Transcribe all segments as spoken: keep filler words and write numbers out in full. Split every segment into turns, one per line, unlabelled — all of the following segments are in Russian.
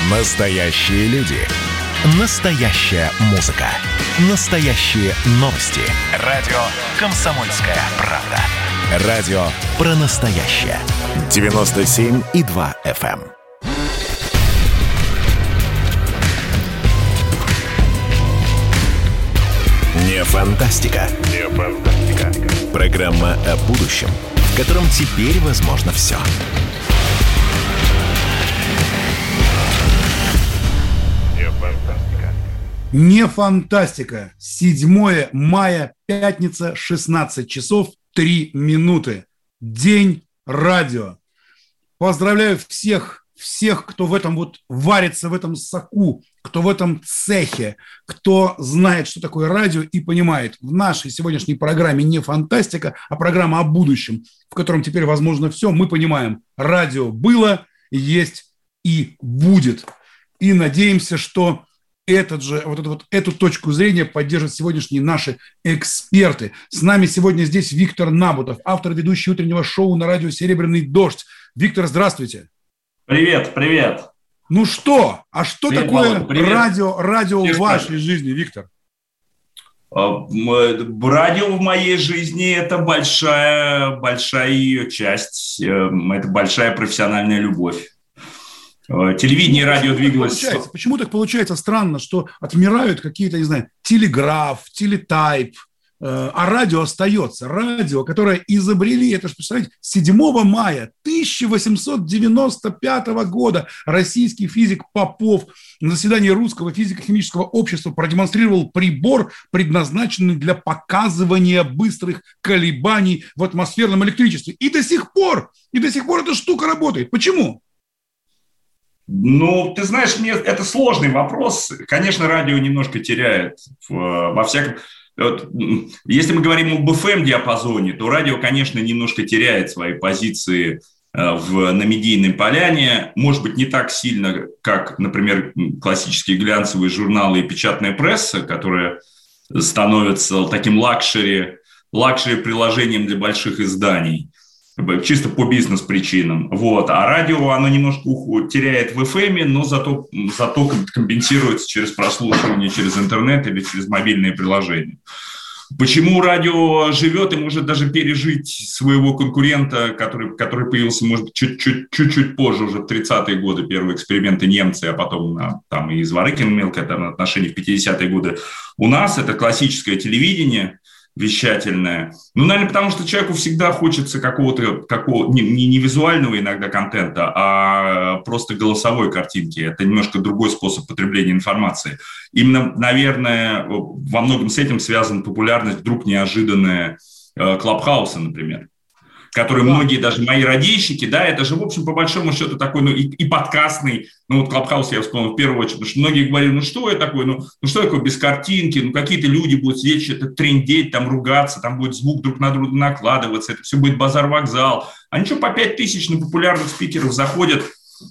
Настоящие люди. Настоящая музыка. Настоящие новости. Радио «Комсомольская правда». Радио про настоящее. девяносто семь и два эф эм. Не фантастика. Не фантастика. Программа о будущем, в котором теперь возможно все.
Не фантастика. седьмое мая, пятница, шестнадцать часов три минуты. День радио. Поздравляю всех, всех, кто в этом вот варится, в этом соку, кто в этом цехе, кто знает, что такое радио и понимает. В нашей сегодняшней программе не фантастика, а программа о будущем, в котором теперь возможно все. Мы понимаем, радио было, есть и будет. И надеемся, что Этот же, вот эту, вот эту точку зрения поддержат сегодняшние наши эксперты. С нами сегодня здесь Виктор Набутов, автор и ведущий утреннего шоу на радио «Серебряный дождь». Виктор, здравствуйте.
Привет, привет.
Ну что, а что
привет,
такое
Володь, привет.
радио, радио в вашей
Привет.
жизни, Виктор?
Радио в моей жизни – это большая, большая ее часть, это большая профессиональная любовь. Телевидение и радио двигалось...
Получается? Почему так получается странно, что отмирают какие-то, не знаю, телеграф, телетайп, а радио остается? Радио, которое изобрели, это же, представляете, седьмого мая тысяча восемьсот девяносто пятого года российский физик Попов на заседании Русского физико-химического общества продемонстрировал прибор, предназначенный для показывания быстрых колебаний в атмосферном электричестве. И до сих пор, и до сих пор эта штука работает. Почему?
Ну, ты знаешь, мне это сложный вопрос. Конечно, радио немножко теряет во всяком... Вот, если мы говорим об эф эм-диапазоне, то радио, конечно, немножко теряет свои позиции в, на медийной поляне. Может быть, не так сильно, как, например, классические глянцевые журналы и печатная пресса, которые становятся таким лакшери, лакшери-приложением для больших изданий. Чисто по бизнес-причинам. Вот. А радио, оно немножко теряет в эф эм, но зато, зато компенсируется через прослушивание, через интернет или через мобильные приложения. Почему радио живет и может даже пережить своего конкурента, который, который появился, может быть, чуть-чуть, чуть-чуть позже, уже в тридцатые годы, первые эксперименты немцы, а потом там и Зворыкин имел к этому отношение в пятидесятые годы. У нас это классическое телевидение, вещательное. Ну, наверное, потому что человеку всегда хочется какого-то, какого, не, не визуального иногда контента, а просто голосовой картинки. Это немножко другой способ потребления информации. Именно, наверное, во многом с этим связана популярность вдруг неожиданная Клабхауса, например, который да. Многие, даже мои радищики, да, это же, в общем, по большому счету такой, ну, и, и подкастный, ну, вот Клабхаус я вспомнил в первую очередь, потому что многие говорили, ну, что это такое, ну, ну, что такое без картинки, ну, какие-то люди будут сидеть, что-то трындеть, там, ругаться, там будет звук друг на друга накладываться, это все будет базар-вокзал. А ничего, по пять тысяч на популярных спикеров заходят,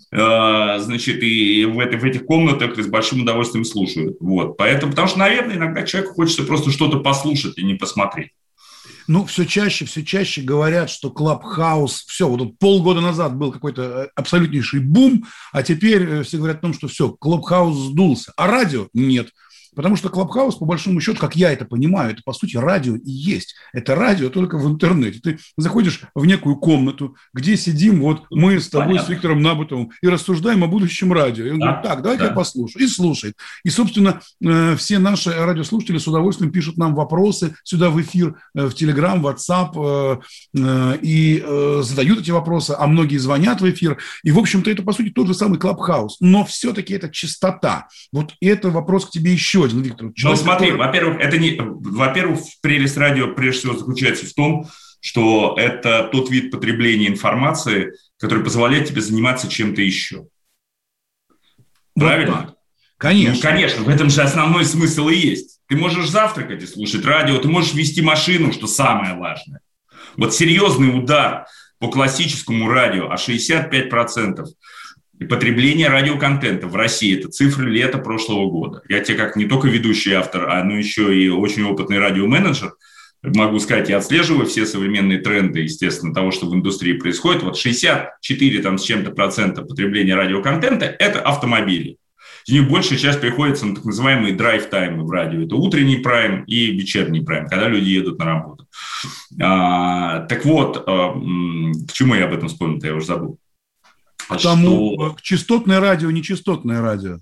э, значит, и в, это, в этих комнатах и с большим удовольствием слушают. Вот, поэтому, потому что, наверное, иногда человеку хочется просто что-то послушать и не посмотреть.
Ну, все чаще, все чаще говорят, что Клабхаус, все, вот тут полгода назад был какой-то абсолютнейший бум, а теперь все говорят о том, что все, Клабхаус сдулся, а радио нет. Потому что Клабхаус, по большому счету, как я это понимаю, это, по сути, радио и есть. Это радио только в интернете. Ты заходишь в некую комнату, где сидим, вот мы с тобой, Понятно. С Виктором Набутовым, и рассуждаем о будущем радио. И он да, говорит, так, давайте да. я послушаю. И слушает. И, собственно, все наши радиослушатели с удовольствием пишут нам вопросы сюда в эфир, в Телеграм, в WhatsApp, и задают эти вопросы, а многие звонят в эфир. И, в общем-то, это, по сути, тот же самый Клабхаус. Но все-таки это частота. Вот это вопрос к тебе еще. Виктор,
ну, смотри, который... во-первых, это не, во-первых, прелесть радио прежде всего заключается в том, что это тот вид потребления информации, который позволяет тебе заниматься чем-то еще. Правильно? Вот
конечно.
Ну, конечно, в этом же основной смысл и есть. Ты можешь завтракать и слушать радио, ты можешь вести машину, что самое важное. Вот серьезный удар по классическому радио, а шестьдесят пять процентов и потребление радиоконтента в России – это цифры лета прошлого года. Я тебе как не только ведущий автор, а ну еще и очень опытный радиоменеджер могу сказать, я отслеживаю все современные тренды, естественно, того, что в индустрии происходит. Вот шестьдесят четыре там, с чем-то процента потребления радиоконтента – это автомобили. Из них большая часть приходится на так называемые драйв-таймы в радио. Это утренний прайм и вечерний прайм, когда люди едут на работу. А, так вот, а, к чему я об этом вспомнил-то, я уже забыл.
К тому, что... частотное радио, нечастотное радио.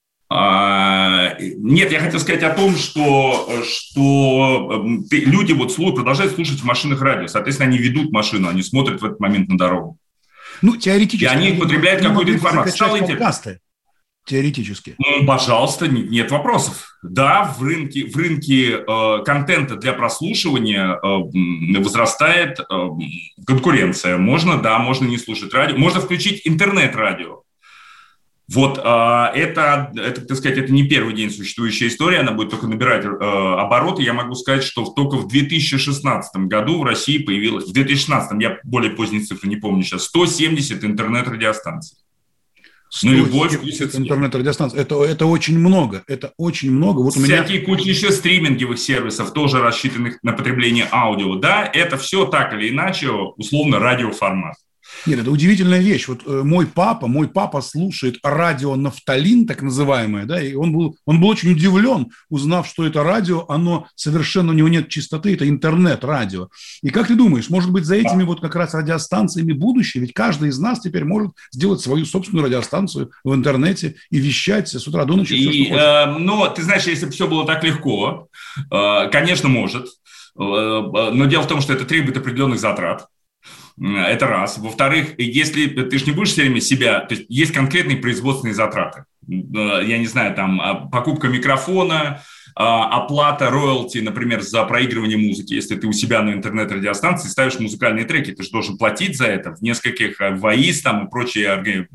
А, нет, я хотел сказать о том, что, что люди вот слушают, продолжают слушать в машинах радио. Соответственно, они ведут машину, они смотрят в этот момент на дорогу.
Ну, теоретически.
И они потребляют какую-то информацию. Стало
интересно. Теоретически.
Ну, пожалуйста, нет вопросов. Да, в рынке, в рынке э, контента для прослушивания э, возрастает э, конкуренция. Можно, да, можно не слушать радио. Можно включить интернет-радио. Вот э, это, это, так сказать, это не первый день существующая история, она будет только набирать э, обороты. Я могу сказать, что только в две тысячи шестнадцатом году в России появилось, в две тысячи шестнадцатом, я более поздние цифры не помню сейчас, сто семьдесят интернет-радиостанций.
Ну, любовь, интернет-радиостанция. Это, это очень много. Это очень много. Вот
Всякие
у меня...
куча еще стриминговых сервисов, тоже рассчитанных на потребление аудио. Да, это все так или иначе, условно, радиоформат.
Нет, это удивительная вещь. Вот э, мой папа, мой папа слушает радио «Нафталин», так называемое, да, и он был, он был очень удивлен, узнав, что это радио, оно совершенно, у него нет чистоты, это интернет-радио. И как ты думаешь, может быть, за этими вот как раз радиостанциями будущее? Ведь каждый из нас теперь может сделать свою собственную радиостанцию в интернете и вещать с утра до ночи.
И, все, э, но ты знаешь, если бы все было так легко, э, конечно, может. Э, но дело в том, что это требует определенных затрат. Это раз. Во-вторых, если ты же не будешь все время себя... То есть есть конкретные производственные затраты. Я не знаю, там покупка микрофона, оплата роялти, например, за проигрывание музыки. Если ты у себя на интернет-радиостанции ставишь музыкальные треки, ты же должен платить за это в нескольких ВАИС там, и прочие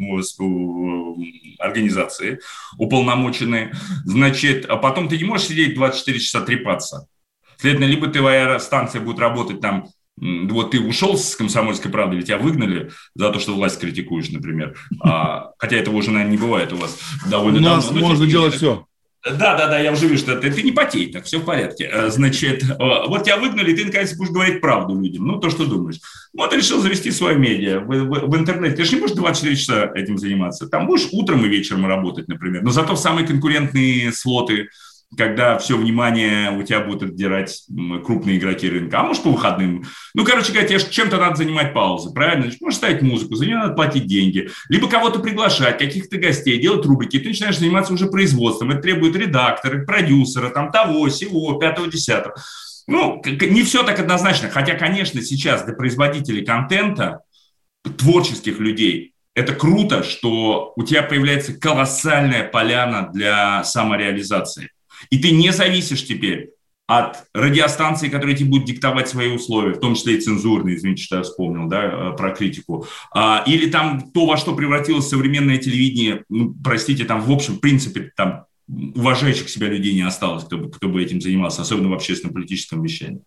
организации уполномоченные. Значит, а потом ты не можешь сидеть двадцать четыре часа трепаться. Следовательно, либо твоя станция будет работать там. Вот ты ушел с «Комсомольской правды», или тебя выгнали за то, что власть критикуешь, например. А, хотя этого уже, наверное, не бывает у вас довольно
давно. У
нас
давно. можно делать все.
Да, да, да, я уже вижу, что ты, ты не потей, так все в порядке. Значит, вот тебя выгнали, и ты, наконец, будешь говорить правду людям, ну, то, что думаешь. Вот ты решил завести свое медиа в, в, в интернете. Ты же не будешь двадцать четыре часа этим заниматься. Там будешь утром и вечером работать, например. Но зато в самые конкурентные слоты, когда все внимание у тебя будут отдирать крупные игроки рынка, а может, по выходным. Ну, короче говоря, тебе чем-то надо занимать паузы, правильно? Можешь ставить музыку, за нее надо платить деньги. Либо кого-то приглашать, каких-то гостей, делать рубрики. И ты начинаешь заниматься уже производством. Это требует редактора, продюсера, там того, сего, пятого, десятого. Ну, не все так однозначно. Хотя, конечно, сейчас для производителей контента, творческих людей, это круто, что у тебя появляется колоссальная поляна для самореализации. И ты не зависишь теперь от радиостанции, которые тебе будут диктовать свои условия, в том числе и цензурные, извините, что я вспомнил, да, про критику. Или там то, во что превратилось современное телевидение, ну, простите, там, в общем, в принципе, там, уважающих себя людей не осталось, кто бы, кто бы этим занимался, особенно в общественно-политическом вещании.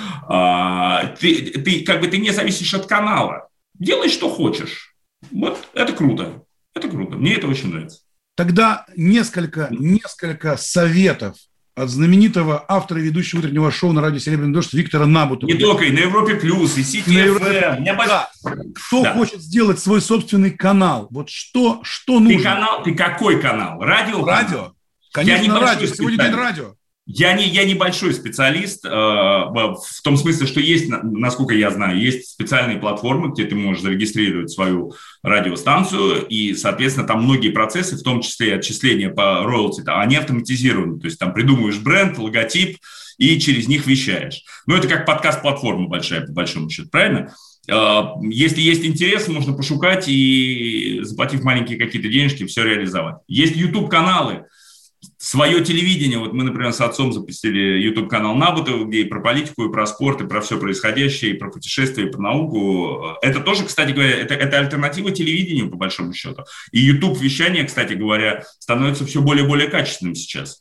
Ты, ты, как бы, ты не зависишь от канала. Делай, что хочешь. Вот, это круто. Это круто. Мне это очень нравится.
Тогда несколько, несколько советов от знаменитого автора и ведущего утреннего шоу на радио «Серебряный дождь» Виктора Набутова.
Не только, и на Европе Плюс, и Сити эф эм.
Да. Кто да. хочет сделать свой собственный канал? Вот что, что нужно?
Ты канал, ты какой канал? Радио?
Радио. Конечно, радио. Сегодня день радио.
Я не, я небольшой специалист э, в том смысле, что есть, насколько я знаю, есть специальные платформы, где ты можешь зарегистрировать свою радиостанцию, и, соответственно, там многие процессы, в том числе и отчисления по роялти, они автоматизированы. То есть там придумываешь бренд, логотип, и через них вещаешь. Ну, это как подкаст-платформа большая, по большому счету, правильно? Э, если есть интерес, можно пошукать и, заплатив маленькие какие-то денежки, все реализовать. Есть YouTube-каналы. Свое телевидение, вот мы, например, с отцом запустили YouTube-канал Набутова, где и про политику, и про спорт, и про все происходящее, и про путешествия, и про науку. Это тоже, кстати говоря, это, это альтернатива телевидению, по большому счету. И YouTube-вещание, кстати говоря, становится все более и более качественным сейчас.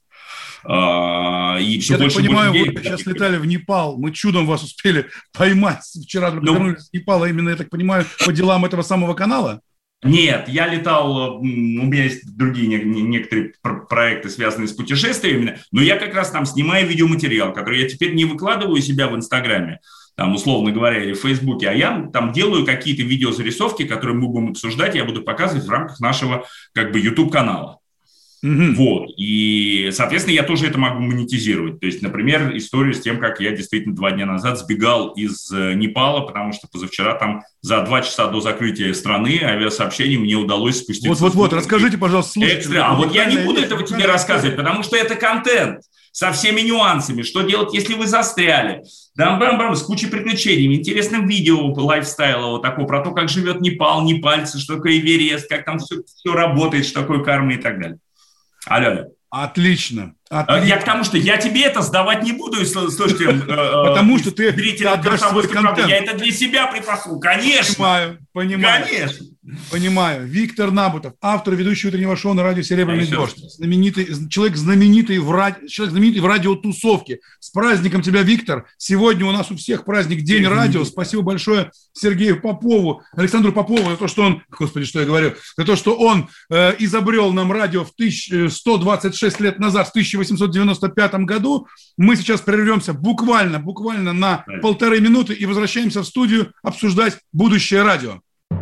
И все
Я
больше,
так понимаю,
больше
вы сейчас летали в Непал, мы чудом вас успели поймать. Вчера вернулись из Непала, именно, я так понимаю, по делам этого самого канала?
Нет, я летал, у меня есть другие некоторые проекты, связанные с путешествиями, но я как раз там снимаю видеоматериал, который я теперь не выкладываю у себя в Инстаграме, там, условно говоря, или в Фейсбуке, а я там делаю какие-то видеозарисовки, которые мы будем обсуждать, я буду показывать в рамках нашего, как бы, YouTube-канала. Mm-hmm. Вот, и, соответственно, я тоже это могу монетизировать. То есть, например, историю с тем, как я действительно два дня назад сбегал из Непала, потому что позавчера там за два часа до закрытия страны авиасообщений мне удалось спуститься.
Вот-вот-вот, расскажите, пожалуйста, слушайте.
А вот я не буду этого тебе рассказывать, потому что это контент со всеми нюансами. Что делать, если вы застряли? Бам-бам-бам, с кучей приключений, интересным видео лайфстайла вот такого, про то, как живет Непал, непальцы, что такое Эверест, как там все, все работает, что такое карма и так далее. Алло, алло.
Отлично. Отлично.
Я к тому, что я тебе это сдавать не буду, слушайте.
Потому что ты отдашь свой контент.
Я это для себя припасу, конечно.
Понимаю, понимаю.
Конечно.
Понимаю. Виктор Набутов, автор, ведущий утреннего шоу на радио «Серебряный дождь». Знаменитый, человек, знаменитый в ради, человек знаменитый в радиотусовке. С праздником тебя, Виктор. Сегодня у нас у всех праздник День радио. Спасибо большое Сергею Попову, Александру Попову за то, что он, господи, что я говорю, за то, что он э, изобрел нам радио в тысяча сто двадцать шесть лет назад, в тысяча восемьсот девяносто пятом году. Мы сейчас прервемся буквально, буквально на да. полторы минуты и возвращаемся в студию обсуждать будущее радио.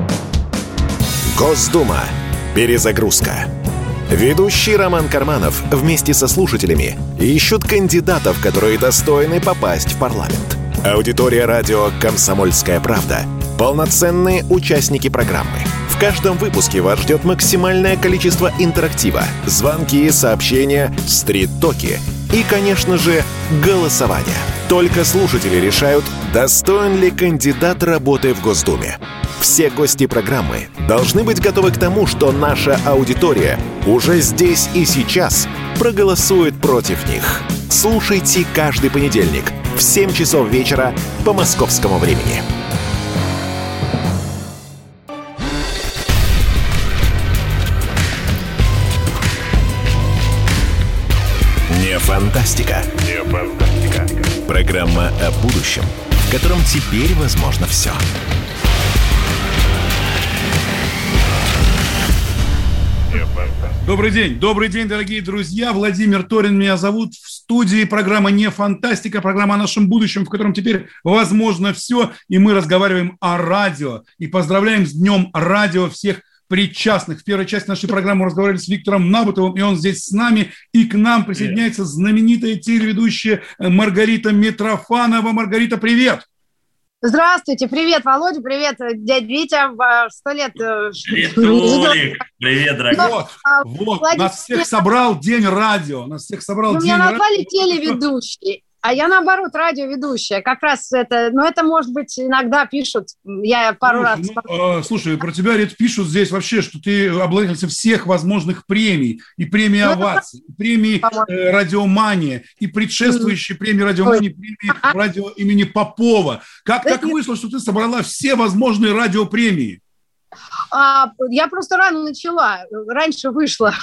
Госдума. Перезагрузка. Ведущий Роман Карманов вместе со слушателями ищут кандидатов, которые достойны попасть в парламент. Аудитория радио «Комсомольская правда» — полноценные участники программы. В каждом выпуске вас ждет максимальное количество интерактива, звонки, сообщения, стрит-токи и, конечно же, голосование. Только слушатели решают, достоин ли кандидат работы в Госдуме. Все гости программы должны быть готовы к тому, что наша аудитория уже здесь и сейчас проголосует против них. Слушайте каждый понедельник в семь часов вечера по московскому времени. Не фантастика. Не фантастика. Программа о будущем, в котором теперь возможно все.
Добрый день, добрый день, дорогие друзья. Владимир Торин меня зовут. В студии программа «Не фантастика», программа о нашем будущем, в котором теперь возможно все. И мы разговариваем о радио. И поздравляем с Днем радио всех причастных. В первой части нашей программы мы разговаривали с Виктором Набутовым, и он здесь с нами. И к нам присоединяется знаменитая телеведущая Маргарита Митрофанова. Маргарита, привет!
Здравствуйте, привет, Володя, привет, дядя Витя, сто лет.
Привет, Толик, привет, дорогой.
Вот, вот Владимир, нас всех собрал День радио, нас всех собрал
ну,
День
радио. Меня назвали
радио.
Телеведущий, а я, наоборот, радиоведущая. Как раз это, ну, это, может быть, иногда пишут, я пару
ну,
раз...
Ну, э, слушай, про тебя, Рит, пишут здесь вообще, что ты обладательница всех возможных премий, и премии ну, «Овации», и премии э, «Радиомания», и предшествующие mm. премии «Радиомании», премии радио имени Попова. Как так вышло, что ты собрала все возможные радиопремии?
А, я просто рано начала, раньше вышла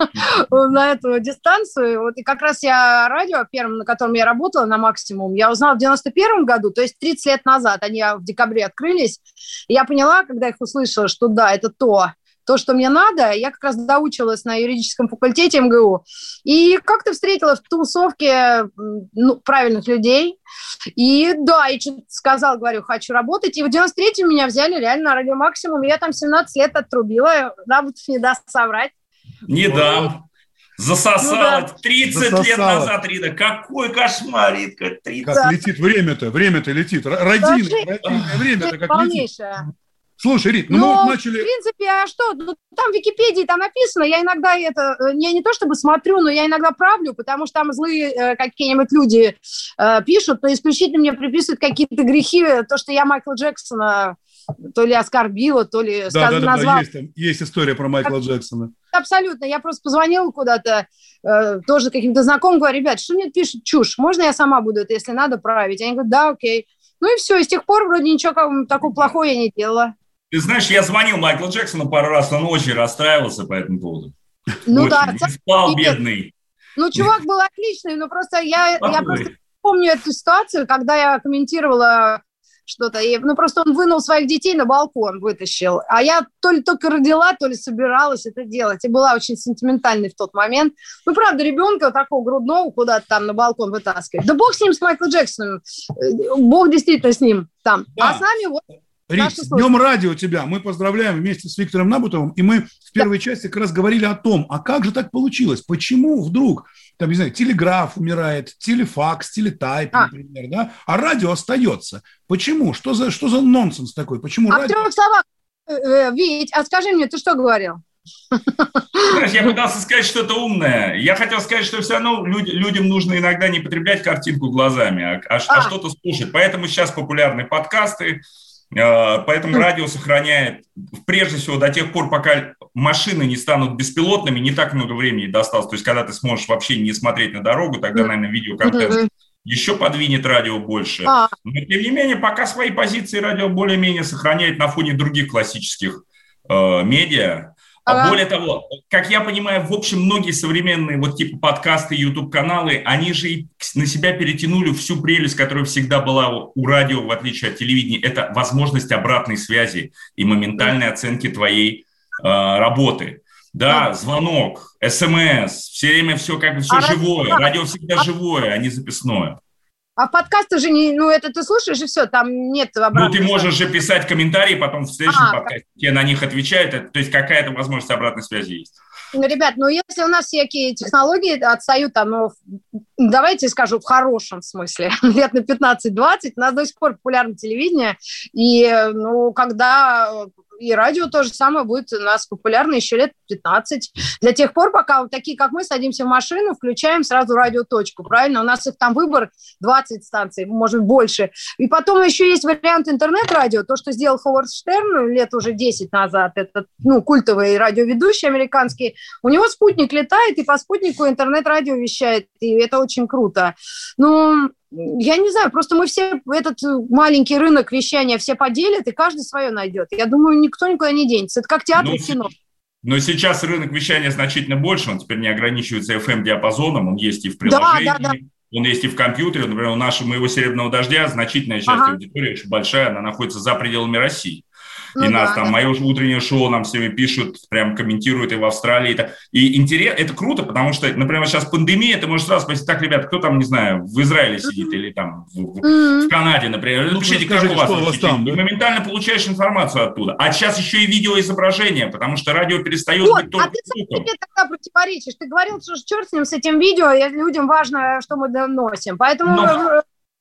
на эту дистанцию. Вот, и как раз я радио, первым, на котором я работала, на «Максимум», я узнала в девяносто первом году, то есть тридцать лет назад. Они в декабре открылись. И я поняла, когда их услышала, что да, это то, то, что мне надо. Я как раз доучилась на юридическом факультете эм гэ у. И как-то встретила в тусовке ну, правильных людей. И да, и что-то сказала, говорю, хочу работать. И в девяносто третьем меня взяли реально на радио «Максимум». Я там семнадцать лет отрубила. Набутов не даст соврать.
Не дам. Засосала. Ну, да. тридцать Засосала. Лет назад, Рита. Какой кошмар, Ритка. тридцать.
Как летит время-то, время-то летит. Родина, время-то как летит. Слушай, Рит, ну,
ну
мы вот начали...
в принципе, а что? Ну, там в Википедии там написано, я иногда это, я не то чтобы смотрю, но я иногда правлю, потому что там злые э, какие-нибудь люди э, пишут, но исключительно мне приписывают какие-то грехи, то, что я Майкла Джексона то ли оскорбила, то ли
да,
сказ...
да, да,
назвала.
Да, есть, там, есть история про Майкла Джексона.
Абсолютно, я просто позвонила куда-то, э, тоже каким-то знакомым, говорю, ребят, что мне пишут чушь, можно я сама буду это, если надо, править? Они говорят, да, окей. Ну и все, и с тех пор вроде ничего такого плохого я не делала.
Ты знаешь, я звонил Майклу Джексону пару раз, он очень расстраивался по этому поводу.
Ну
очень.
да.
Не спал, бедный.
Ну, чувак был отличный, но просто я, я просто помню эту ситуацию, когда я комментировала что-то. И, ну, просто он вынул своих детей на балкон, вытащил. А я то ли только родила, то ли собиралась это делать. И была очень сентиментальной в тот момент. Ну, правда, ребенка такого грудного куда-то там на балкон вытаскивать. Да бог с ним, с Майклом Джексоном. Бог действительно с ним там. Да. А с нами вот...
Рит, с Днем радио тебя. Мы поздравляем вместе с Виктором Набутовым. И мы в первой да. части как раз говорили о том, а как же так получилось? Почему вдруг, там, не знаю, телеграф умирает, телефакс, телетайп, а. например, да? А радио остается. Почему? Что за, что за нонсенс такой? Почему
а
радио...
в трех словах, Вить, а скажи мне, ты что говорил?
Знаешь, я пытался сказать что-то умное. Я хотел сказать, что все равно люд, людям нужно иногда не потреблять картинку глазами, а, а, а. а что-то слушать. Поэтому сейчас популярны подкасты. Поэтому радио сохраняет, прежде всего, до тех пор, пока машины не станут беспилотными, не так много времени досталось. То есть, когда ты сможешь вообще не смотреть на дорогу, тогда, наверное, видеоконтент еще подвинет радио больше. Но, тем не менее, пока свои позиции радио более-менее сохраняет на фоне других классических э, медиа. А более того, как я понимаю, в общем, многие современные вот типа подкасты, YouTube-каналы, они же и на себя перетянули всю прелесть, которая всегда была у радио, в отличие от телевидения. Это возможность обратной связи и моментальной оценки твоей э, работы. Да, звонок, СМС, все время все как бы все а живое. Радио, радио всегда а... живое, а не записное.
А подкасты же не, ну это ты слушаешь и все, там нет обратной.
Ну ты можешь же писать комментарии, потом в следующем а, подкасте так. тебе на них отвечают, это, то есть какая-то возможность обратной связи есть.
Ну, ребят, ну если у нас всякие технологии отстают, там, ну, давайте скажу в хорошем смысле, лет на пятнадцать-двадцать, у нас до сих пор популярно телевидение, и ну когда... И радио то же самое будет у нас популярно еще лет пятнадцать. Для тех пор, пока вот такие, как мы, садимся в машину, включаем сразу радиоточку, правильно? У нас их там выбор двадцать станций, может, больше. И потом еще есть вариант интернет-радио, то, что сделал Ховард Штерн лет уже десять назад, это, ну, культовый радиоведущий американский. У него спутник летает, и по спутнику интернет-радио вещает, и это очень круто. Ну... Я не знаю, просто мы все этот маленький рынок вещания все поделят, и каждый свое найдет. Я думаю, никто никуда не денется. Это как театр и кино.
Но сейчас рынок вещания значительно больше, он теперь не ограничивается эф эм-диапазоном, он есть и в приложении, да, да, да. он есть и в компьютере. Например, у нашего моего «Серебряного дождя» значительная часть ага. аудитории, очень большая, она находится за пределами России. И ну, нас да, там, да. мое утреннее шоу нам все время пишут, прям комментируют и в Австралии. И интерес, это круто, потому что, например, сейчас пандемия, ты можешь сразу спросить, так, ребята, кто там, не знаю, в Израиле сидит или там в, mm-hmm. в Канаде, например. Ну, пишите, как у вас. У вас там, да? И моментально получаешь информацию оттуда. А сейчас еще и видеоизображение, потому что радио перестает вот, быть только...
А ты сам себе тогда противоречишь. Ты говорил, что черт с ним, с этим видео, людям важно, что мы доносим. Поэтому...
Но,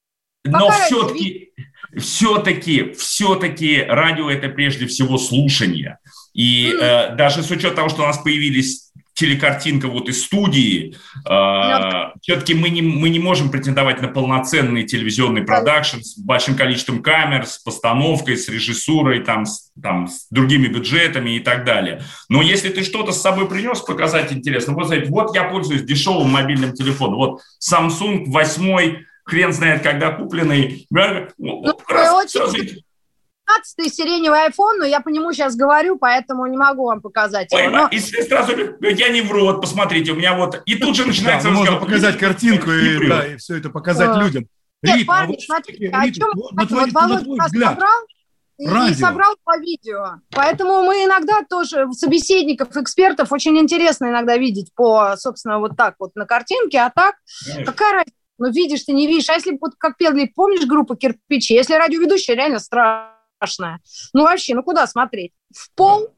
но все-таки... Все-таки, все-таки радио – это прежде всего слушание. И mm. э, даже с учетом того, что у нас появились телекартинка вот из студии, э, mm. все-таки мы не, мы не можем претендовать на полноценный телевизионный продакшн с большим количеством камер, с постановкой, с режиссурой, там, с, там, с другими бюджетами и так далее. Но если ты что-то с собой принес, показать интересно. Вот, знаете, вот я пользуюсь дешевым мобильным телефоном. Вот Samsung восьмой, хрен знает, когда купленный.
Ну, очень пятнадцатый сиреневый iPhone, но я по нему сейчас говорю, поэтому не могу вам показать его. Но...
И сразу, я не вру, вот посмотрите, у меня вот... И тут же начинается...
Да, можно показать картинку и, да, и все это показать а. людям.
Нет, Рит, парни, а вот смотрите, о чем... На твой, вот Володя нас собрал и, и собрал по видео. Поэтому мы иногда тоже собеседников, экспертов очень интересно иногда видеть по, собственно, вот так вот на картинке, а так, Конечно. Какая разница? Ну, видишь, ты не видишь. А если, вот как пели, помнишь группу «Кирпичи»? Если радиоведущая реально страшная. Ну, вообще, ну куда смотреть? В пол?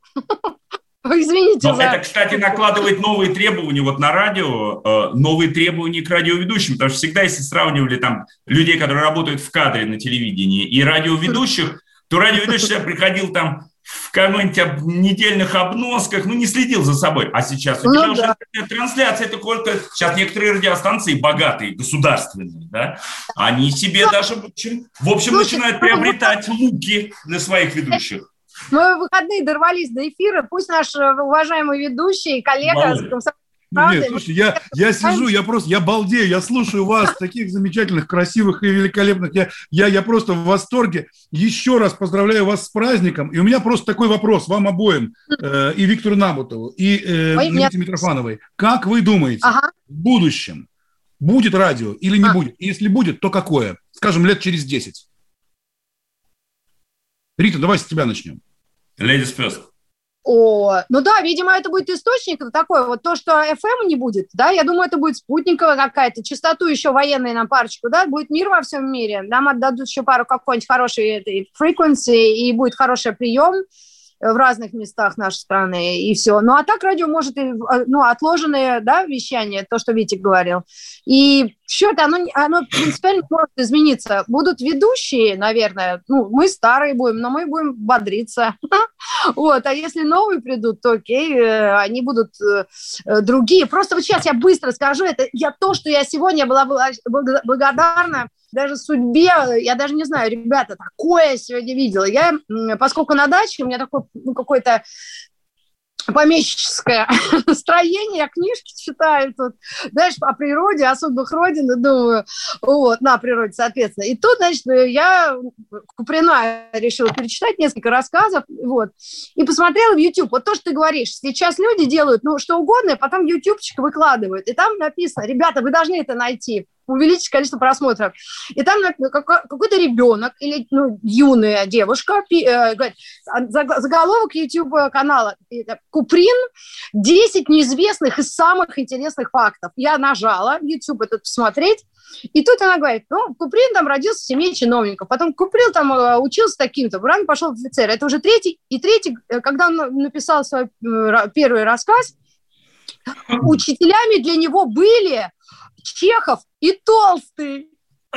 Извините
Но
за...
это, кстати, накладывает новые требования вот на радио, э, новые требования к радиоведущим, потому что всегда, если сравнивали там людей, которые работают в кадре на телевидении, и радиоведущих, то радиоведущий всегда приходил там в каких-нибудь недельных обносках, ну, не следил за собой. А сейчас у тебя ну, уже да. трансляция, это только... Сейчас некоторые радиостанции богатые, государственные, да, они себе ну, даже, в общем, в общем слушай, начинают приобретать луки для своих ведущих.
Мы в выходные дорвались до эфира, пусть наш уважаемый ведущий, коллега...
Нет, слушайте, я, я сижу, я просто, я балдею, я слушаю вас, таких замечательных, красивых и великолепных, я, я, я просто в восторге. Еще раз поздравляю вас с праздником, и у меня просто такой вопрос вам обоим, э, и Виктору Набутову, и э, Рите Митрофановой. Как вы думаете, ага. в будущем будет радио или не а. будет? И если будет, то какое? Скажем, лет через десять. Рита, давай с тебя начнем.
Ladies first.
О, ну да, видимо, это будет источник такой, вот то, что эф эм не будет, да, я думаю, это будет спутниковая какая-то, частоту еще военной нам парочку, да, будет мир во всем мире, нам отдадут еще пару какой-нибудь хорошей этой frequency, и будет хороший прием в разных местах нашей страны, и все. Ну, а так радио может, и, ну, отложенные, да, вещания, то, что Витик говорил. И все это, оно, оно принципиально может измениться. Будут ведущие, наверное, ну, мы старые будем, но мы будем бодриться. Вот, а если новые придут, то окей, они будут другие. Просто вот сейчас я быстро скажу, это я то, что я сегодня была благодарна даже судьбе, я даже не знаю, ребята, такое я сегодня видела. Я, поскольку на даче, у меня такое, ну, какое-то помещическое настроение, я книжки читаю тут, знаешь, о природе, особых родин, думаю, вот, на природе, соответственно. И тут, значит, я Куприна решила перечитать несколько рассказов, вот, и посмотрела в YouTube. Вот то, что ты говоришь, сейчас люди делают, ну, что угодно, и потом в ютубчик выкладывают, и там написано, ребята, вы должны это найти, увеличить количество просмотров. И там какой-то ребенок или, ну, юная девушка э, говорит, заголовок YouTube-канала «Куприн. десять неизвестных и самых интересных фактов». Я нажала YouTube этот посмотреть, и тут она говорит, ну, Куприн там родился в семье чиновников, потом Куприн там учился таким-то, рано пошел в офицер. Это уже третий. И третий, когда он написал свой первый рассказ, учителями для него были Чехов и Толстый.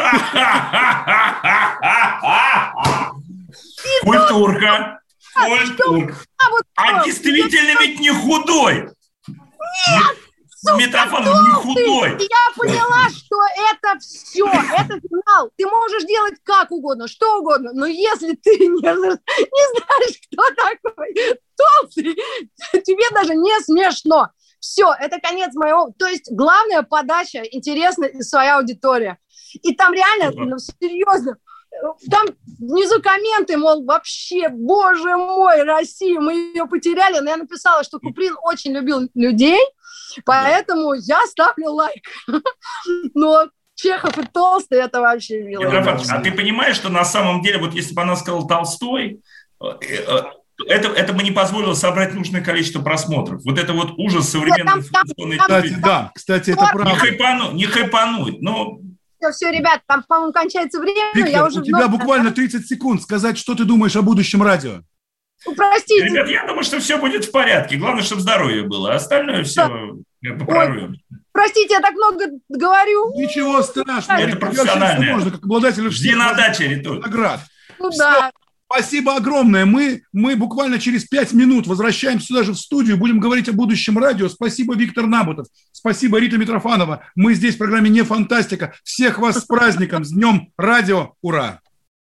Культурка. Культурка. А, вот, а действительно ведь не худой.
Нет.
Митрофанов не худой.
Я поняла, что это все, это финал. Ты можешь делать как угодно, что угодно, но если ты не, не знаешь, кто такой Толстый, тебе даже не смешно. Все, это конец моего... То есть главная подача интересна и своя аудитория. И там реально, ну, серьезно, там внизу комменты, мол, вообще, боже мой, Россия, мы ее потеряли. Но я написала, что Куприн очень любил людей, поэтому я ставлю лайк. Но Чехов и Толстый, это вообще мило.
А ты понимаешь, что на самом деле, вот если бы она сказала Толстой... Это, это бы не позволило собрать нужное количество просмотров. Вот это вот ужас современной информационной
телевизии. Кстати, да, кстати, это правда.
Не хайпануть, не хайпануть, но...
Все, все, ребят, там, по-моему, кончается время.
Виктор,
я уже
у тебя вновь... буквально тридцать секунд сказать, что ты думаешь о будущем радио.
Ну, простите.
Ребят, я думаю, что все будет в порядке. Главное, чтобы здоровье было. А остальное все поправим.
Простите, я так много говорю.
Ничего страшного.
Это профессионально.
Можно, как обладатель
Жди на даче, Ритуль.
Наград.
Ну да.
Спасибо огромное. Мы, мы буквально через пять минут возвращаемся сюда же в студию, будем говорить о будущем радио. Спасибо, Виктор Набутов. Спасибо, Рита Митрофанова. Мы здесь в программе «Не фантастика». Всех вас с праздником, с Днем радио. Ура!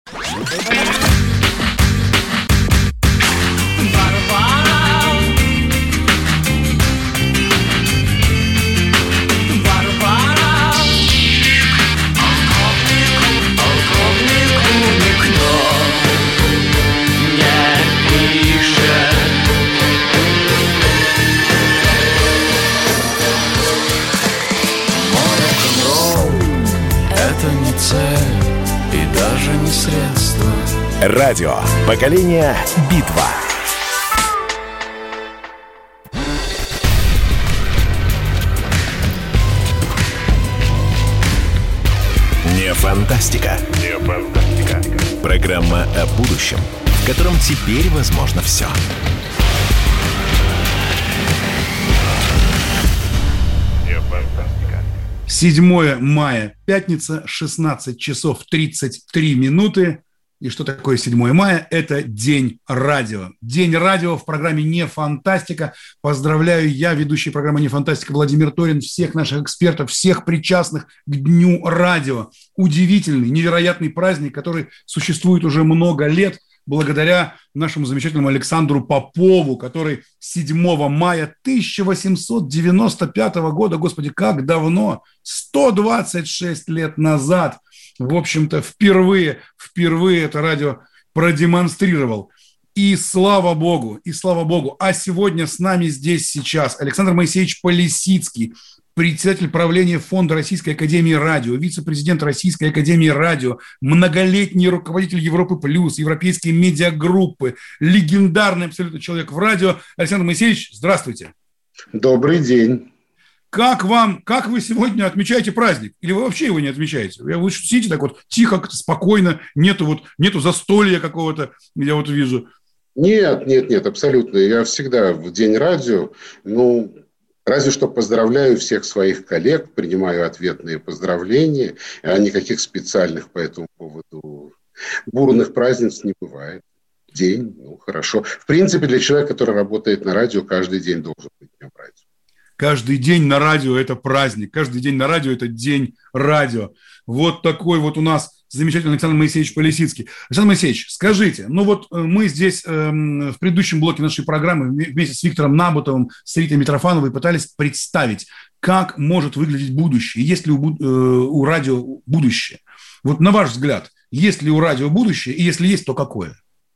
И даже не средство. Радио. Поколение Битва. Не фантастика. Не фантастика. Программа о будущем, в котором теперь возможно все.
седьмое мая, пятница, шестнадцать часов тридцать три минуты. И что такое седьмое мая? Это День радио. День радио в программе «Не фантастика». Поздравляю я, ведущий программы «Не фантастика» Владимир Торин, всех наших экспертов, всех причастных к Дню радио. Удивительный, невероятный праздник, который существует уже много лет, благодаря нашему замечательному Александру Попову, который седьмого мая тысяча восемьсот девяносто пятого года, господи, как давно, сто двадцать шесть лет назад, в общем-то, впервые, впервые это радио продемонстрировал. И слава Богу, и слава Богу. А сегодня с нами здесь сейчас Александр Моисеевич Полисицкий, председатель правления Фонда Российской Академии Радио, вице-президент Российской Академии Радио, многолетний руководитель Европы Плюс, европейские медиагруппы, легендарный абсолютно человек в радио. Александр Моисеевич, здравствуйте.
Добрый день.
Как вам, как вы сегодня отмечаете праздник? Или вы вообще его не отмечаете? Вы сидите так вот тихо, спокойно, нету, вот, нету застолья какого-то, я вот вижу.
Нет, нет, нет, абсолютно. Я всегда в День радио, ну, разве что поздравляю всех своих коллег, принимаю ответные поздравления, а никаких специальных по этому поводу бурных празднеств не бывает. День, ну, хорошо. В принципе, для человека, который работает на радио, каждый день должен быть днем радио.
Каждый день на радио – это праздник. Каждый день на радио – это день радио. Вот такой вот у нас замечательный Александр Моисеевич Полесицкий. Александр Моисеевич, скажите, ну вот мы здесь э, в предыдущем блоке нашей программы вместе с Виктором Набутовым, с Ритой Митрофановой пытались представить, как может выглядеть будущее, есть ли у, э, у радио будущее. Вот на ваш взгляд, есть ли у радио будущее, и если есть, то какое?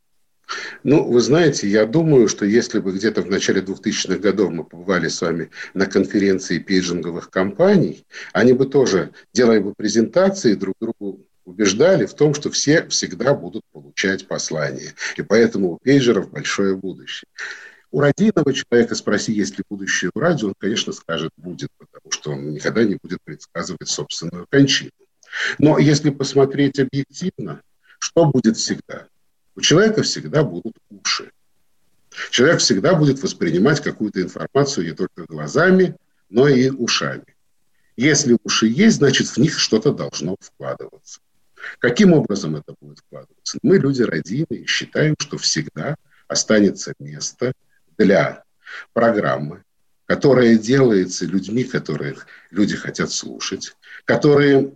Ну, вы знаете, я думаю, что если бы где-то в начале двухтысячных годов мы побывали с вами на конференции пейджинговых компаний, они бы тоже делали бы презентации, друг другу убеждали в том, что все всегда будут получать послания. И поэтому у пейджеров большое будущее. У радийного человека спроси, есть ли будущее у радио, он, конечно, скажет, будет, потому что он никогда не будет предсказывать собственную кончину. Но если посмотреть объективно, что будет всегда? У человека всегда будут уши. Человек всегда будет воспринимать какую-то информацию не только глазами, но и ушами. Если уши есть, значит, в них что-то должно вкладываться. Каким образом это будет вкладываться? Мы, люди радийные, считаем, что всегда останется место для программы, которая делается людьми, которых люди хотят слушать, которые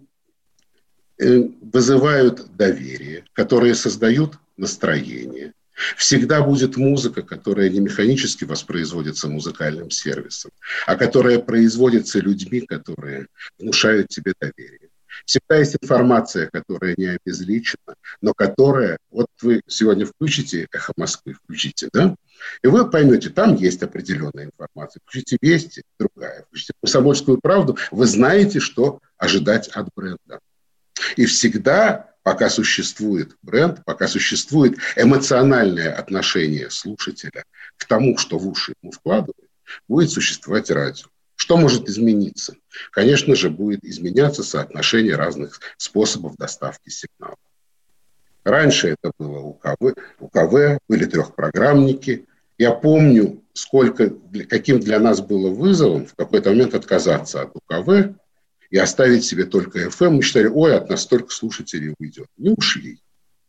вызывают доверие, которые создают настроение. Всегда будет музыка, которая не механически воспроизводится музыкальным сервисом, а которая производится людьми, которые внушают тебе доверие. Всегда есть информация, которая не обезличена, но которая... Вот вы сегодня включите «Эхо Москвы», включите, да? И вы поймете, там есть определенная информация. Включите «Вести», другая. Включите «Комсомольскую правду», вы знаете, что ожидать от бренда. И всегда, пока существует бренд, пока существует эмоциональное отношение слушателя к тому, что в уши ему вкладывают, будет существовать радио. Что может измениться? Конечно же, будет изменяться соотношение разных способов доставки сигнала. Раньше это было у КВ, у КВ были трехпрограммники. Я помню, сколько, каким для нас было вызовом в какой-то момент отказаться от УКВ и оставить себе только эф эм. Мы считали, ой, от нас столько слушателей уйдет. Не ушли.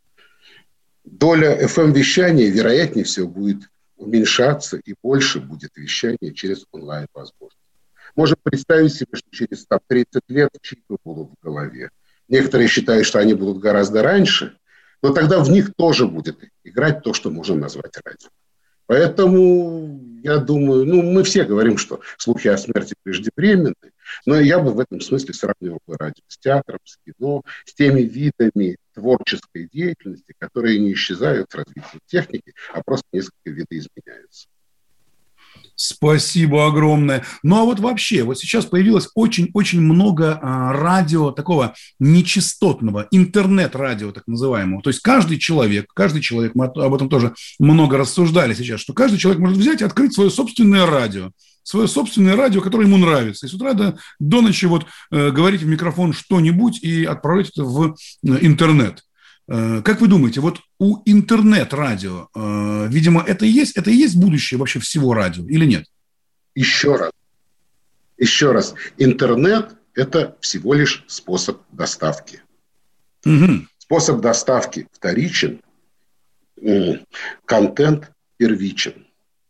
Доля эф эм-вещания, вероятнее всего, будет уменьшаться, и больше будет вещание через онлайн-возможности. Можем представить себе, что через там, тридцать лет чипы будут в голове. Некоторые считают, что они будут гораздо раньше, но тогда в них тоже будет играть то, что можно назвать радио. Поэтому, я думаю, ну, мы все говорим, что слухи о смерти преждевременны, но я бы в этом смысле сравнивал бы радио с театром, с кино, с теми видами творческой деятельности, которые не исчезают с развитием техники, а просто несколько видоизменяются.
Спасибо огромное. Ну, а вот вообще, вот сейчас появилось очень-очень много а, радио такого нечастотного, интернет-радио так называемого. То есть каждый человек, каждый человек, мы об этом тоже много рассуждали сейчас, что каждый человек может взять и открыть свое собственное радио. Свое собственное радио, которое ему нравится. И с утра до, до ночи вот, э, говорить в микрофон что-нибудь и отправлять это в э, интернет. Э, как вы думаете, вот у интернет-радио, э, видимо, это и есть, это и есть будущее вообще всего радио или нет?
Еще раз. Еще раз. Интернет – это всего лишь способ доставки. Угу. Способ доставки вторичен, контент первичен.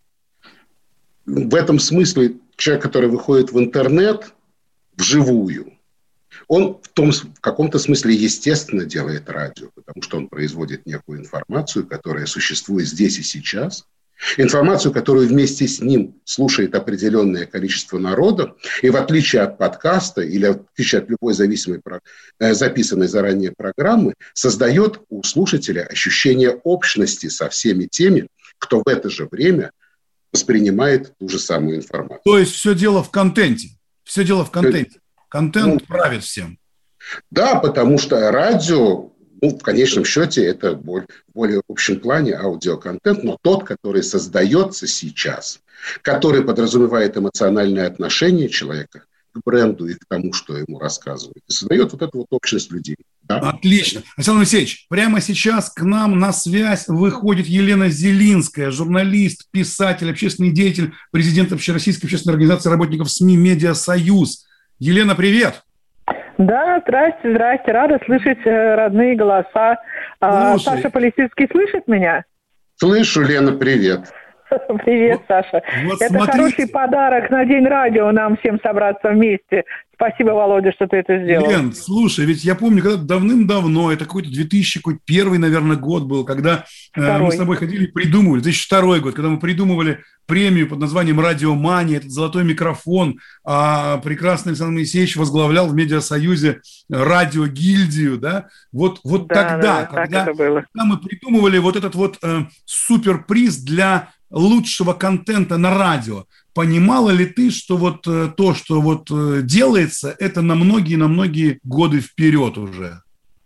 В этом смысле человек, который выходит в интернет вживую, он в, том, в каком-то смысле естественно делает радио, потому что он производит некую информацию, которая существует здесь и сейчас, информацию, которую вместе с ним слушает определенное количество народа, и в отличие от подкаста или в отличие от любой зависимой, записанной заранее программы, создает у слушателя ощущение общности со всеми теми, кто в это же время воспринимает ту же самую информацию.
То есть все дело в контенте. Все дело в контенте. Контент ну, правит всем.
Да, потому что радио, ну, в конечном счете, это более, в более общем плане аудиоконтент, но тот, который создается сейчас, который подразумевает эмоциональное отношение человека к бренду и к тому, что ему рассказывают, и создает вот эту вот общность людей. Да?
Отлично. Александр Алексеевич, прямо сейчас к нам на связь выходит Елена Зелинская, журналист, писатель, общественный деятель, президент Общероссийской общественной организации работников СМИ «Медиасоюз». Елена, привет!
Да, здрасте, здрасте. Рада слышать э, родные голоса. А, Саша Полисицкий слышит меня?
Слышу, Лена, привет.
Привет, Саша.
Вот
это
смотрите.
Хороший подарок на День радио нам всем собраться вместе. Спасибо, Володя, что ты это сделал.
Лен, слушай, ведь я помню, когда давным-давно, это какой-то две тысячи первый, наверное, год был, когда э, мы с тобой ходили, придумывали, две тысячи второй год, когда мы придумывали премию под названием «Радиомания», этот золотой микрофон, а прекрасный Александр Моисеевич возглавлял в Медиасоюзе радиогильдию, да, вот, вот
да,
тогда,
да,
когда,
так это было.
когда мы придумывали вот этот вот э, суперприз для лучшего контента на радио. Понимала ли ты, что вот э, то, что вот э, делается, это на многие, на многие годы вперед уже?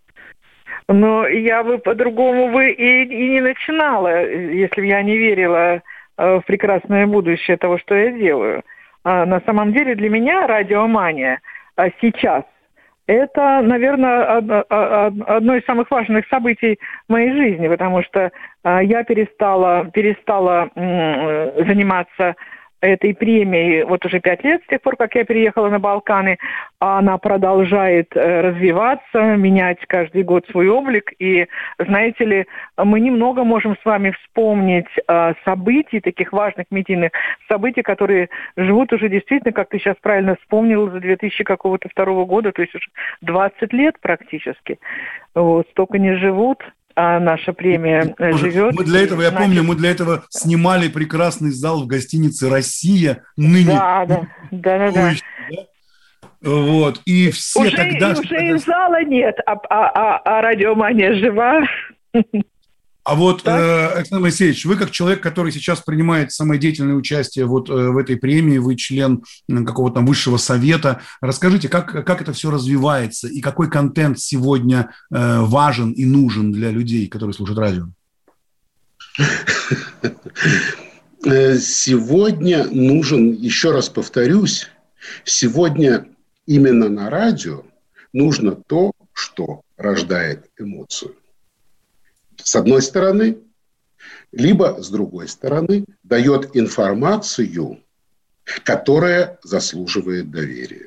Но я бы по-другому бы и, и не начинала, если бы я не верила э, в прекрасное будущее того, что я делаю. А на самом деле для меня радиомания а сейчас это, наверное, одно из самых важных событий в моей жизни, потому что я перестала, перестала заниматься этой премией вот уже пять лет с тех пор, как я переехала на Балканы. Она продолжает развиваться, менять каждый год свой облик. И, знаете ли, мы немного можем с вами вспомнить событий, таких важных медийных событий, которые живут уже действительно, как ты сейчас правильно вспомнил, за две тысячи какого-то второго года, то есть уже двадцать лет практически. Вот, столько не живут. А наша премия
Тоже,
живет.
Мы для этого, я
значит...
помню, мы для этого снимали прекрасный зал в гостинице «Россия», ныне.
Да, да, да, да, да.
да? Вот, и все
уже,
тогда...
Уже тогда... и зала нет, а, а, а, а радиомания жива.
А вот, э, Александр Моисеевич, вы как человек, который сейчас принимает самое деятельное участие вот э, в этой премии, вы член какого-то там высшего совета, расскажите, как, как это все развивается и какой контент сегодня э, важен и нужен для людей, которые слушают радио?
Сегодня нужен, еще раз повторюсь, сегодня именно на радио нужно то, что рождает эмоцию. С одной стороны, либо с другой стороны, дает информацию, которая заслуживает доверия.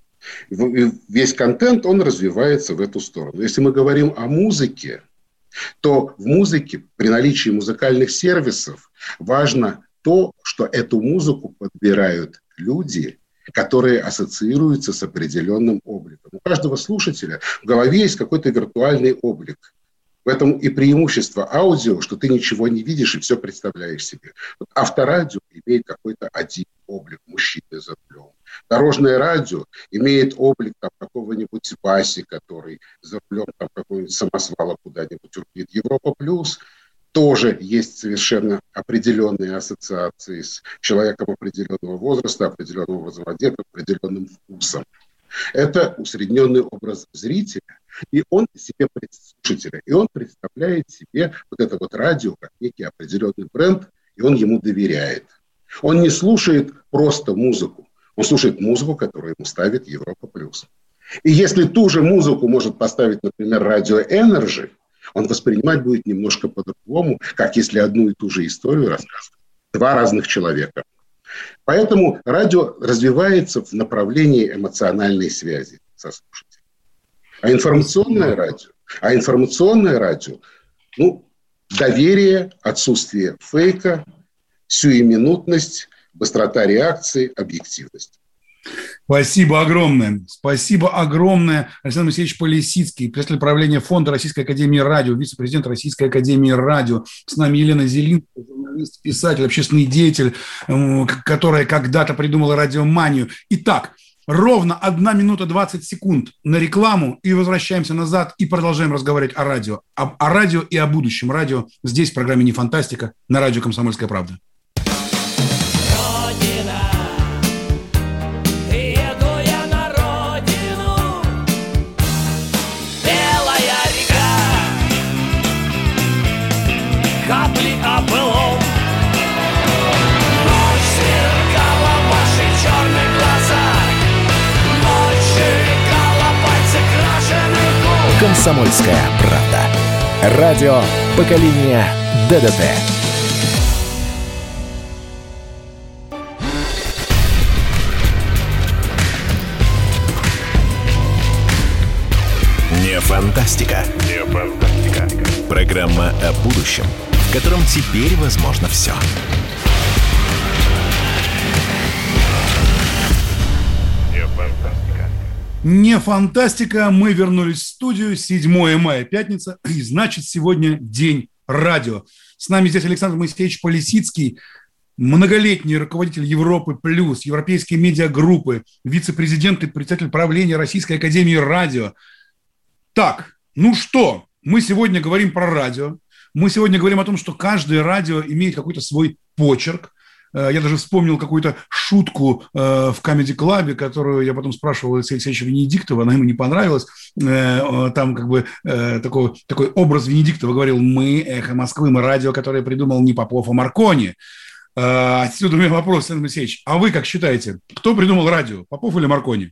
Весь контент, он развивается в эту сторону. Если мы говорим о музыке, то в музыке при наличии музыкальных сервисов важно то, что эту музыку подбирают люди, которые ассоциируются с определенным обликом. У каждого слушателя в голове есть какой-то виртуальный облик. В этом и преимущество аудио, что ты ничего не видишь и все представляешь себе. Вот авторадио имеет какой-то один облик мужчины за рулем. Дорожное радио имеет облик там, какого-нибудь Васи, который за рулем там, какого-нибудь самосвала куда-нибудь рулит. Европа Плюс тоже есть совершенно определенные ассоциации с человеком определенного возраста, определенного возрастета, определенным вкусом. Это усредненный образ зрителя, и он себе слушателя, и он представляет себе вот это вот радио как некий определенный бренд, и он ему доверяет. Он не слушает просто музыку, он слушает музыку, которую ему ставит Европа Плюс. И если ту же музыку может поставить, например, радио Energy, он воспринимать будет немножко по-другому, как если одну и ту же историю рассказывают два разных человека. Поэтому радио развивается в направлении эмоциональной связи со слушателем. А информационное радио, а информационное радио, ну, доверие, отсутствие фейка, сиюминутность, быстрота реакции, объективность.
Спасибо огромное. Спасибо огромное. Александр Моисеевич Полисицкий, председатель правления Фонда Российской академии радио, вице-президент Российской академии радио. С нами Елена Зелинская, журналист, писатель, общественный деятель, которая когда-то придумала радиоманию. Итак, ровно одна минута двадцать секунд на рекламу, и возвращаемся назад и продолжаем разговаривать о радио. О, о радио и о будущем радио здесь в программе «Не фантастика» на радио «Комсомольская правда».
Еду
«Комсомольская правда». Радио поколения ДДТ. Не фантастика. Не фантастика. Программа о будущем, в котором теперь возможно все.
Не фантастика. Не фантастика. Мы вернулись в студию. седьмое мая, пятница. И значит, сегодня день радио. С нами здесь Александр Моисеевич Полисицкий, многолетний руководитель Европы Плюс, Европейской медиагруппы, вице-президент и председатель правления Российской академии радио. Так, ну что, мы сегодня говорим про радио. Мы сегодня говорим о том, что каждое радио имеет какой-то свой почерк. Я даже вспомнил какую-то шутку в Comedy Club, которую я потом спрашивал Алексея Алексеевича Венедиктова, она ему не понравилась. Там как бы такой, такой образ Венедиктова говорил: мы эхо Москвы, мы радио, которое придумал не Попов, а Маркони. Отсюда у меня вопрос, Александр Алексеевич, а вы как считаете, кто придумал радио, Попов или Маркони?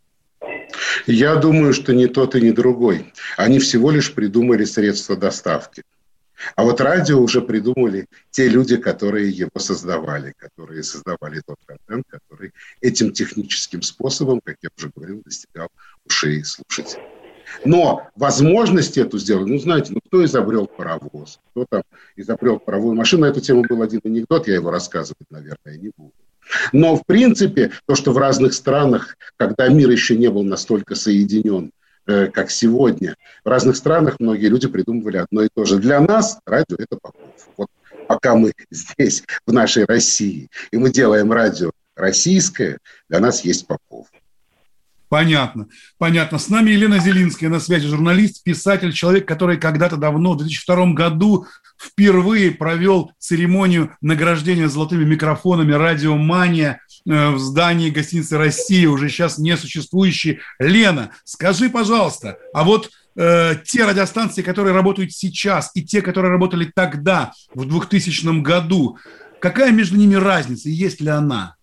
Я думаю, что ни тот и ни другой. Они всего лишь придумали средства доставки. А вот радио уже придумали те люди, которые его создавали, которые создавали тот контент, который этим техническим способом, как я уже говорил, достигал ушей слушателей. Но возможность эту сделать, ну, знаете, ну, кто изобрел паровоз, кто там изобрел паровую машину. На эту тему был один анекдот, я его рассказывать, наверное, не буду. Но, в принципе, то, что в разных странах, когда мир еще не был настолько соединен, э, как сегодня, в разных странах многие люди придумывали одно и то же. Для нас радио – это Попов. Вот пока мы здесь, в нашей России, и мы делаем радио российское, для нас есть Попов.
Понятно, понятно. С нами Елена Зелинская на связи, журналист, писатель, человек, который когда-то давно, в две тысячи втором году, впервые провел церемонию награждения золотыми микрофонами «Радиомания» в здании гостиницы «Россия», уже сейчас не существующей. Лена, скажи, пожалуйста, а вот э, те радиостанции, которые работают сейчас, и те, которые работали тогда, в двухтысячном году, какая между ними разница, и есть ли она?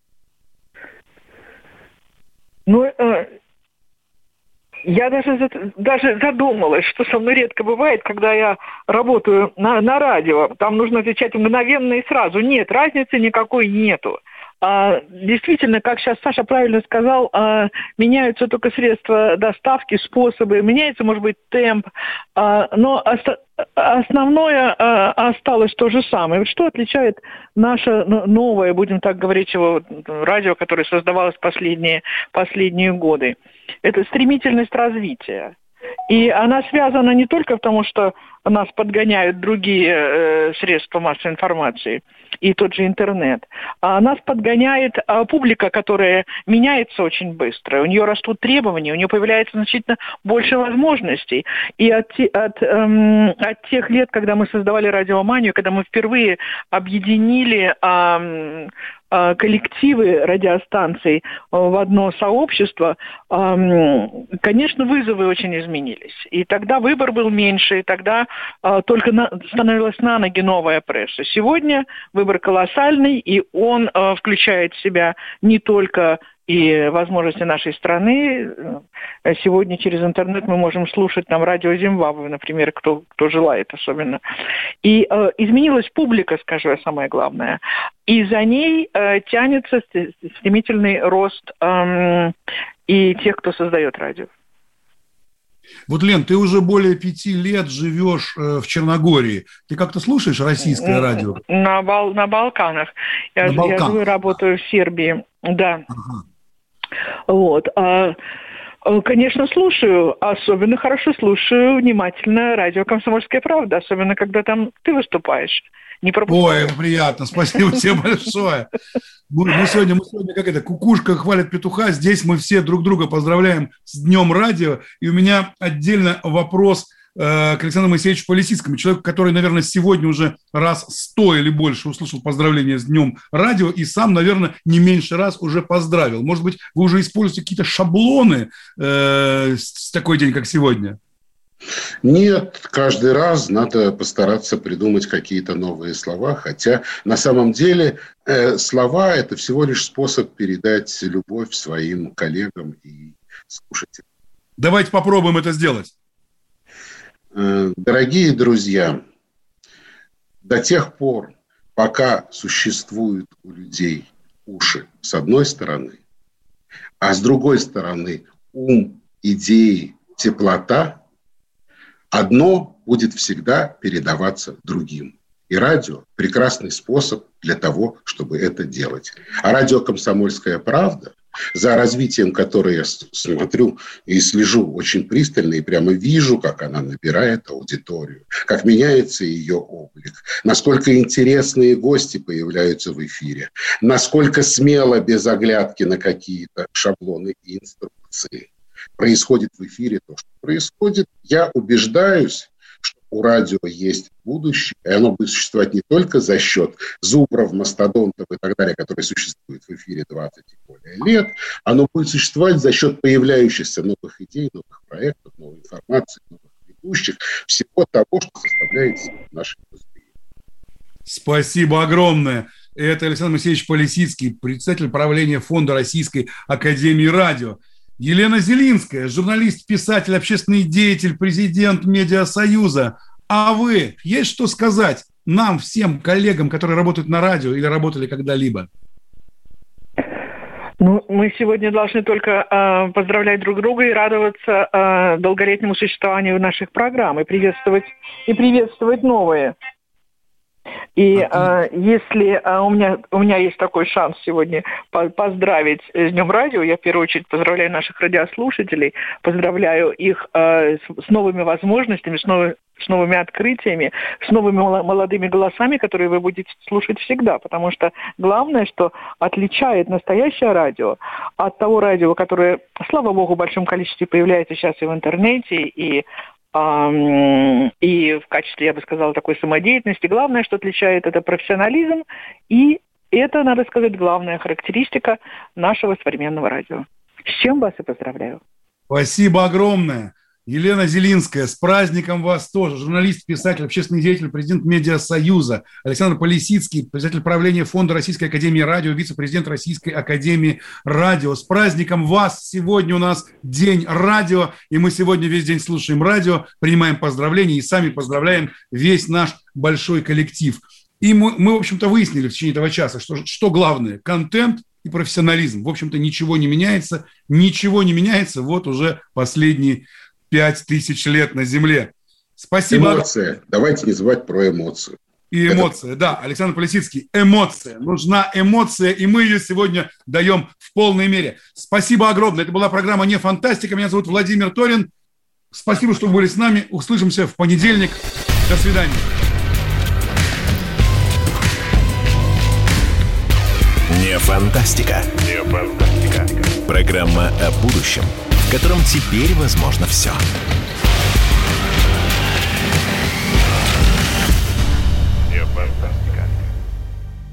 Ну, э, я даже, даже задумалась, что со мной редко бывает, когда я работаю на, на радио. Там нужно отвечать мгновенно и сразу. Нет, разницы никакой нету. А, действительно, как сейчас Саша правильно сказал, а, меняются только средства доставки, способы, меняется, может быть, темп, а, но оста- основное а, осталось то же самое. Вот что отличает наше новое, будем так говорить, его радио, которое создавалось последние, последние годы? Это стремительность развития. И она связана не только в том, что нас подгоняют другие э, средства массовой информации и тот же интернет, а нас подгоняет а, публика, которая меняется очень быстро. У нее растут требования, у нее появляется значительно больше возможностей. И от, от, эм, от тех лет, когда мы создавали «Радиоманию», когда мы впервые объединили эм, коллективы радиостанций в одно сообщество, конечно, вызовы очень изменились. И тогда выбор был меньше, и тогда только становилась на ноги новая пресса. Сегодня выбор колоссальный, и он включает в себя не только и возможности нашей страны. Сегодня через интернет мы можем слушать там радио Зимбабве, например, кто, кто желает особенно. И э, изменилась публика, скажу я, самое главное. И за ней э, тянется стремительный рост э, и тех, кто создает радио.
Вот, Лен, ты уже более пяти лет живешь э, в Черногории. Ты как-то слушаешь российское радио?
На, Бал- на Балканах. Я,
на Балканах. Я
живу и работаю в Сербии. Да.
Ага.
Вот. А, конечно, слушаю. Особенно хорошо слушаю внимательно радио «Комсомольская правда», особенно когда там ты выступаешь. Не пропускаю.
Ой, приятно. Спасибо тебе большое. Мы сегодня, мы сегодня, как это, кукушка хвалит петуха. Здесь мы все друг друга поздравляем с Днем радио. И у меня отдельно вопрос к Александру Моисеевичу Полисицкому, человеку, который, наверное, сегодня уже раз сто или больше услышал поздравления с Днем радио и сам, наверное, не меньше раз уже поздравил. Может быть, вы уже используете какие-то шаблоны э, с такой день, как сегодня?
Нет, каждый раз надо постараться придумать какие-то новые слова, хотя на самом деле э, слова – это всего лишь способ передать любовь своим коллегам и слушателям.
Давайте попробуем это сделать.
Дорогие друзья, до тех пор, пока существуют у людей уши с одной стороны, а с другой стороны ум, идеи, теплота, одно будет всегда передаваться другим. И радио – прекрасный способ для того, чтобы это делать. А радио «Комсомольская правда», за развитием которой я смотрю и слежу очень пристально, и прямо вижу, как она набирает аудиторию, как меняется ее облик, насколько интересные гости появляются в эфире, насколько смело, без оглядки на какие-то шаблоны и инструкции, происходит в эфире то, что происходит. Я убеждаюсь, что у радио есть будущее, и оно будет существовать не только за счет зубров, мастодонтов и так далее, которые существуют в эфире двадцать и более лет, оно будет существовать за счет появляющихся новых идей, новых проектов, новой информации, новых ведущих, всего того, что составляет нашу индустрию.
Спасибо огромное. Это Александр Моисеевич Полисицкий, председатель правления Фонда Российской Академии Радио. Елена Зелинская, журналист, писатель, общественный деятель, президент Медиасоюза. А вы, есть что сказать нам, всем коллегам, которые работают на радио или работали когда-либо?
Ну, мы сегодня должны только э, поздравлять друг друга и радоваться э, долголетнему существованию наших программ и приветствовать, и приветствовать новые. И э, если э, у меня у меня есть такой шанс сегодня по- поздравить с Днем Радио, я в первую очередь поздравляю наших радиослушателей, поздравляю их э, с, с новыми возможностями, с, новый, с новыми открытиями, с новыми молодыми голосами, которые вы будете слушать всегда, потому что главное, что отличает настоящее радио от того радио, которое, слава богу, в большом количестве появляется сейчас и в интернете, и и в качестве, я бы сказала, такой самодеятельности. Главное, что отличает, это профессионализм, и это, надо сказать, главная характеристика нашего современного радио. С чем вас и поздравляю.
Спасибо огромное. Елена Зелинская, с праздником вас тоже. Журналист, писатель, общественный деятель, президент Медиасоюза. Александр Полисицкий, председатель правления Фонда Российской Академии Радио, вице-президент Российской Академии Радио. С праздником вас! Сегодня у нас День радио, и мы сегодня весь день слушаем радио, принимаем поздравления и сами поздравляем весь наш большой коллектив. И мы, мы в общем-то, выяснили в течение этого часа, что, что главное – контент и профессионализм. В общем-то, ничего не меняется, ничего не меняется вот уже последние пять тысяч лет на Земле. Спасибо.
Эмоция. Давайте не забывать про эмоцию.
И эмоция, Это... да, Александр Полисицкий. Эмоция. Нужна эмоция, и мы ее сегодня даем в полной мере. Спасибо огромное. Это была программа «Не фантастика». Меня зовут Владимир Торин. Спасибо, что вы были с нами. Услышимся в понедельник. До свидания.
Не фантастика. Не фантастика. Программа о будущем, в котором теперь возможно все.